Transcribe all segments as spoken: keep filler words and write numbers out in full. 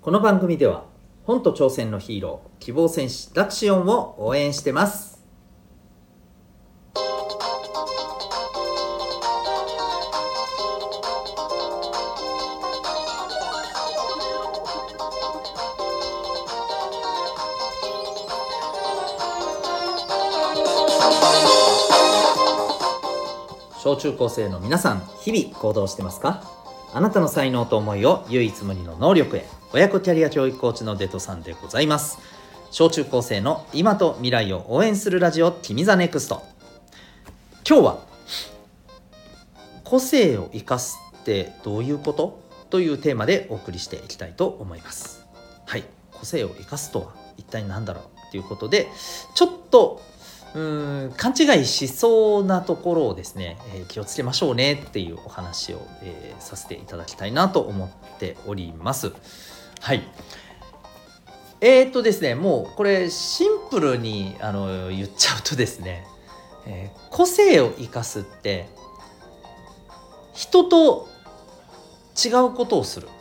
この番組では本と挑戦のヒーロー、希望戦士ラクシオンを応援してます。小中高生の皆さん、日々行動してますか？あなたの才能と思いを唯一無二の能力へ。親子キャリア教育コーチのデトさんでございます。小中高生の今と未来を応援するラジオ、君ザネクスト。今日は個性を生かすってどういうことというテーマでお送りしていきたいと思います。はい、個性を生かすとは一体何だろうということで、ちょっとうーん勘違いしそうなところをですね、えー、気をつけましょうねっていうお話を、えー、させていただきたいなと思っております。はい。えー、っとですね、もうこれシンプルにあの言っちゃうとですね、えー、個性を生かすって人と違うことをする。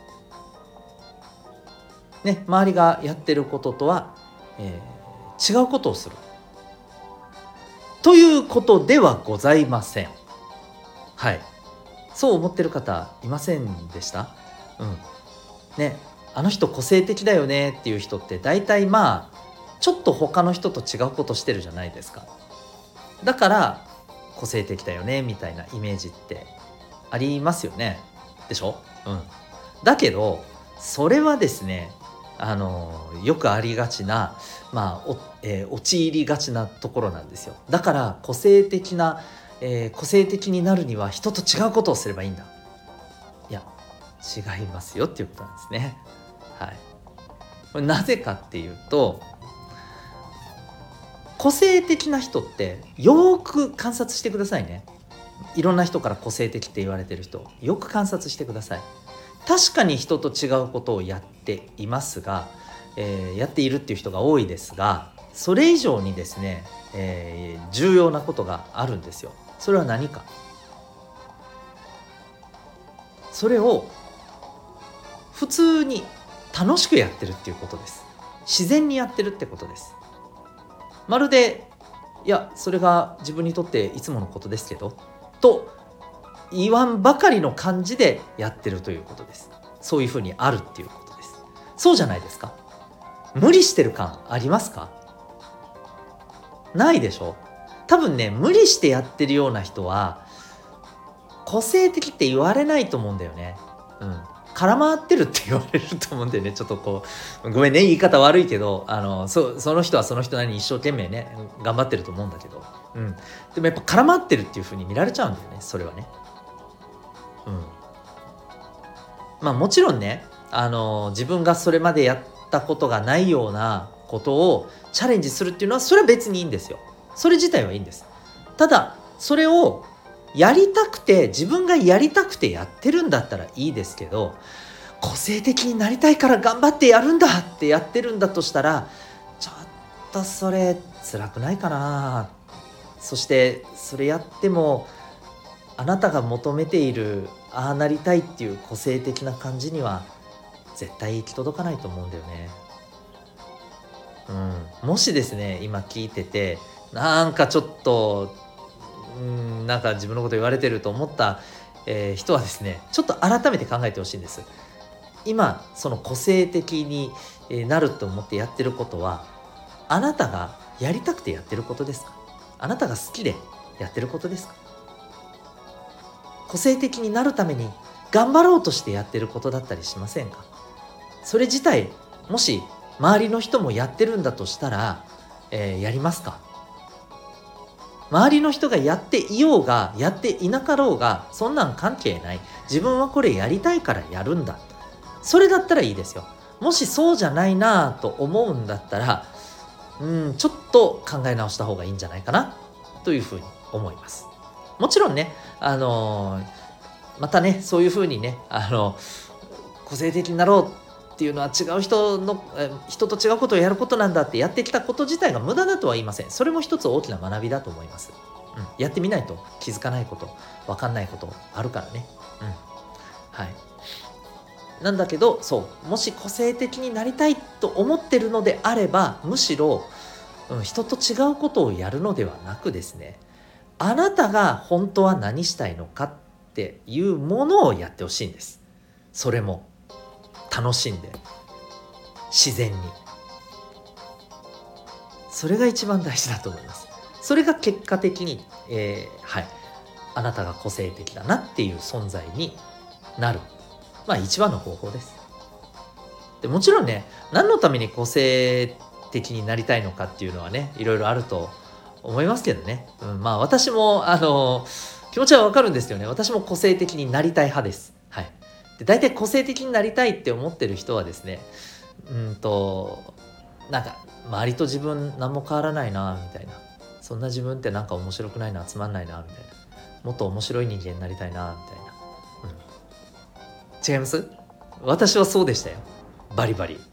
ね、周りがやってることとは、えー、違うことをする。ということではございません。はい。そう思ってる方いませんでした？うん。ね、あの人個性的だよねっていう人って大体まあちょっと他の人と違うことしてるじゃないですか。だから個性的だよねみたいなイメージってありますよね。でしょ？うん。だけどそれはですね、あのよくありがちな、まあおえー、陥りがちなところなんですよ。だから個性的な、えー、個性的になるには人と違うことをすればいいんだ。いや、違いますよっていうことなんですね。はい。これなぜかっていうと、個性的な人ってよく観察してくださいね。いろんな人から個性的って言われてる人、よく観察してください。確かに人と違うことをやっていますが、えー、やっているっていう人が多いですが、それ以上にですね、えー、重要なことがあるんですよ。それは何か。それを普通に楽しくやってるっていうことです。自然にやってるってことです。まるで、いや、それが自分にとっていつものことですけど、と言わんばかりの感じでやってるということです。そういうふうにあるっていうことです。そうじゃないですか？無理してる感ありますか？ないでしょ？多分ね、無理してやってるような人は個性的って言われないと思うんだよね。うん。空回ってるって言われると思うんだよね。ちょっとこう、ごめんね、言い方悪いけど、あの、そ、その人はその人なりに一生懸命ね、頑張ってると思うんだけど、うん。でもやっぱ空回ってるっていう風に見られちゃうんだよね、それはね。うん。まあもちろんね、あの、自分がそれまでやったことがないようなことをチャレンジするっていうのは、それは別にいいんですよ。それ自体はいいんです。ただ、それをやりたくて、自分がやりたくてやってるんだったらいいですけど、個性的になりたいから頑張ってやるんだってやってるんだとしたら、ちょっとそれ辛くないかな。そしてそれやってもあなたが求めているああなりたいっていう個性的な感じには絶対行き届かないと思うんだよね。うん、もしですね、今聞いててなんかちょっとうんなんか自分のこと言われてると思った、えー人はですね、ちょっと改めて考えてほしいんです。今その個性的になると思ってやってることは、あなたがやりたくてやってることですか？あなたが好きでやってることですか？個性的になるために頑張ろうとしてやってることだったりしませんか？それ自体もし周りの人もやってるんだとしたら、えーやりますか？周りの人がやっていようがやっていなかろうがそんなん関係ない。自分はこれやりたいからやるんだ。それだったらいいですよ。もしそうじゃないなと思うんだったら、うんちょっと考え直した方がいいんじゃないかなというふうに思います。もちろんね、あのーまたね、そういうふうにね、あの個性的になろうっていうのは違う人のえ人と違うことをやることなんだってやってきたこと自体が無駄だとは言いません。それも一つ大きな学びだと思います。うん、やってみないと気づかないこと、分かんないことあるからね。うん、はい。 なんだけど、そうもし個性的になりたいと思ってるのであれば、むしろ、うん、人と違うことをやるのではなくですね、あなたが本当は何したいのかっていうものをやってほしいんです。それも楽しんで自然に、それが一番大事だと思います。それが結果的に、えー、はいあなたが個性的だなっていう存在になる、まあ一番の方法です。でもちろんね、何のために個性的になりたいのかっていうのはね、いろいろあると思いますけどね、うん、まあ私もあの気持ちはわかるんですよね。私も個性的になりたい派です。はい。で、大体個性的になりたいって思ってる人はですね、うんとなんか周りと自分何も変わらないなみたいな、そんな自分ってなんか面白くないな、つまんないなみたいな、もっと面白い人間になりたいなみたいな、うん、違います？私はそうでしたよ、バリバリ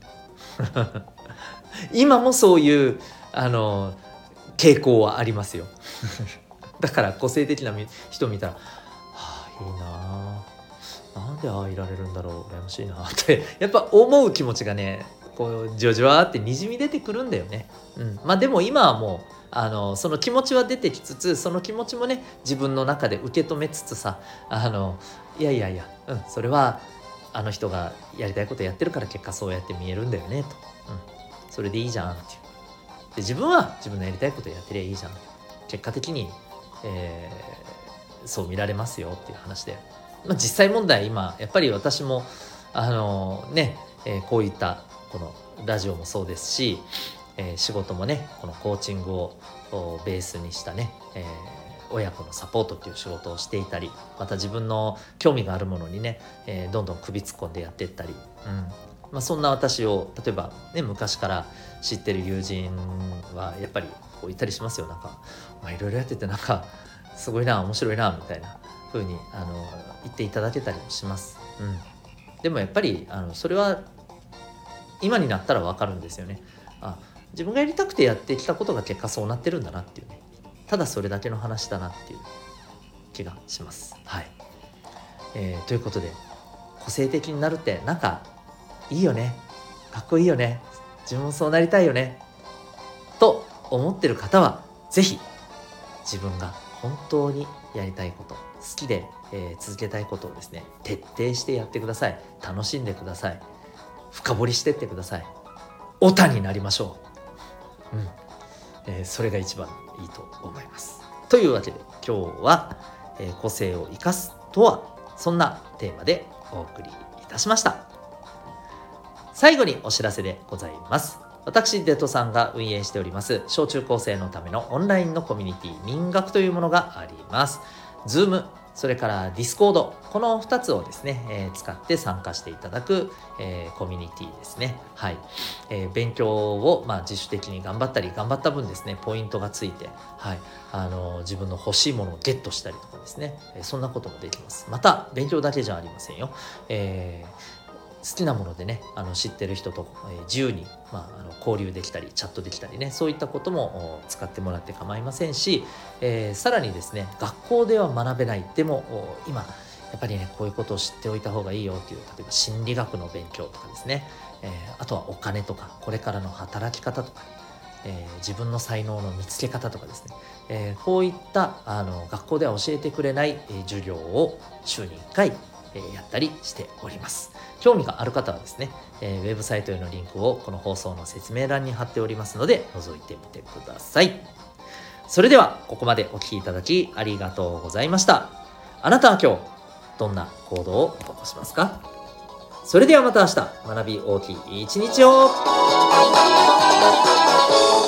今もそういうあの傾向はありますよだから個性的な人見たら、はあいいな、なんでああいられるんだろう、羨ましいなってやっぱ思う気持ちがね、こうじわじわってにじみ出てくるんだよね。うん、まあでも今はもうあのその気持ちは出てきつつ、その気持ちもね自分の中で受け止めつつさ、あのいやいやいや、うん、それはあの人がやりたいことやってるから結果そうやって見えるんだよねと、うん、それでいいじゃんっていう。で、自分は自分のやりたいことやってりゃいいじゃん、結果的に、えー、そう見られますよっていう話で、まあ、実際問題今やっぱり私もあのね、えー、こういったこのラジオもそうですし、えー、仕事もねこのコーチングをベースにしたね、えー、親子のサポートっていう仕事をしていたり、また自分の興味があるものにね、えー、どんどん首突っ込んでやっていったり、うんまあ、そんな私を例えばね昔から知ってる友人はやっぱりこう言ったりしますよ。なんかまあいろいろやっててなんかすごいな、面白いなみたいな風にあの言っていただけたりもします。うん、でもやっぱりあのそれは今になったら分かるんですよね。あ、自分がやりたくてやってきたことが結果そうなってるんだなっていうね、ただそれだけの話だなっていう気がします。はい、えー、ということで個性的になるってなんかいいよね、かっこいいよね、自分もそうなりたいよねと思ってる方はぜひ自分が本当にやりたいこと、好きで、えー、続けたいことをですね徹底してやってください。楽しんでください。深掘りしてってください。オタになりましょう。うん、えー、それが一番いいと思います。というわけで今日は、えー、個性を生かすとは、そんなテーマでお送りいたしました。最後にお知らせでございます。私デトさんが運営しております小中高生のためのオンラインのコミュニティ民学というものがあります。 Zoom、 それからDiscord、このふたつをですね、えー、使って参加していただく、えー、コミュニティですね。はい、えー、勉強を、まあ、自主的に頑張ったり頑張った分ですねポイントがついて、はい、あのー、自分の欲しいものをゲットしたりとかですね、えー、そんなこともできます。また勉強だけじゃありませんよ。えー好きなものでね、あの知ってる人と、えー、自由に、まあ、あの交流できたりチャットできたりね、そういったことも使ってもらって構いませんし、えー、さらにですね学校では学べない、でも今やっぱりねこういうことを知っておいた方がいいよっていう、例えば心理学の勉強とかですね、えー、あとはお金とかこれからの働き方とか、えー、自分の才能の見つけ方とかですね、えー、こういったあの学校では教えてくれない、えー、授業を週にいっかい、えー、やったりしております。興味がある方はですね、えー、ウェブサイトへのリンクをこの放送の説明欄に貼っておりますので覗いてみてください。それではここまでお聞きいただきありがとうございました。あなたは今日どんな行動を起こしますか？それではまた明日、学び大きい一日を。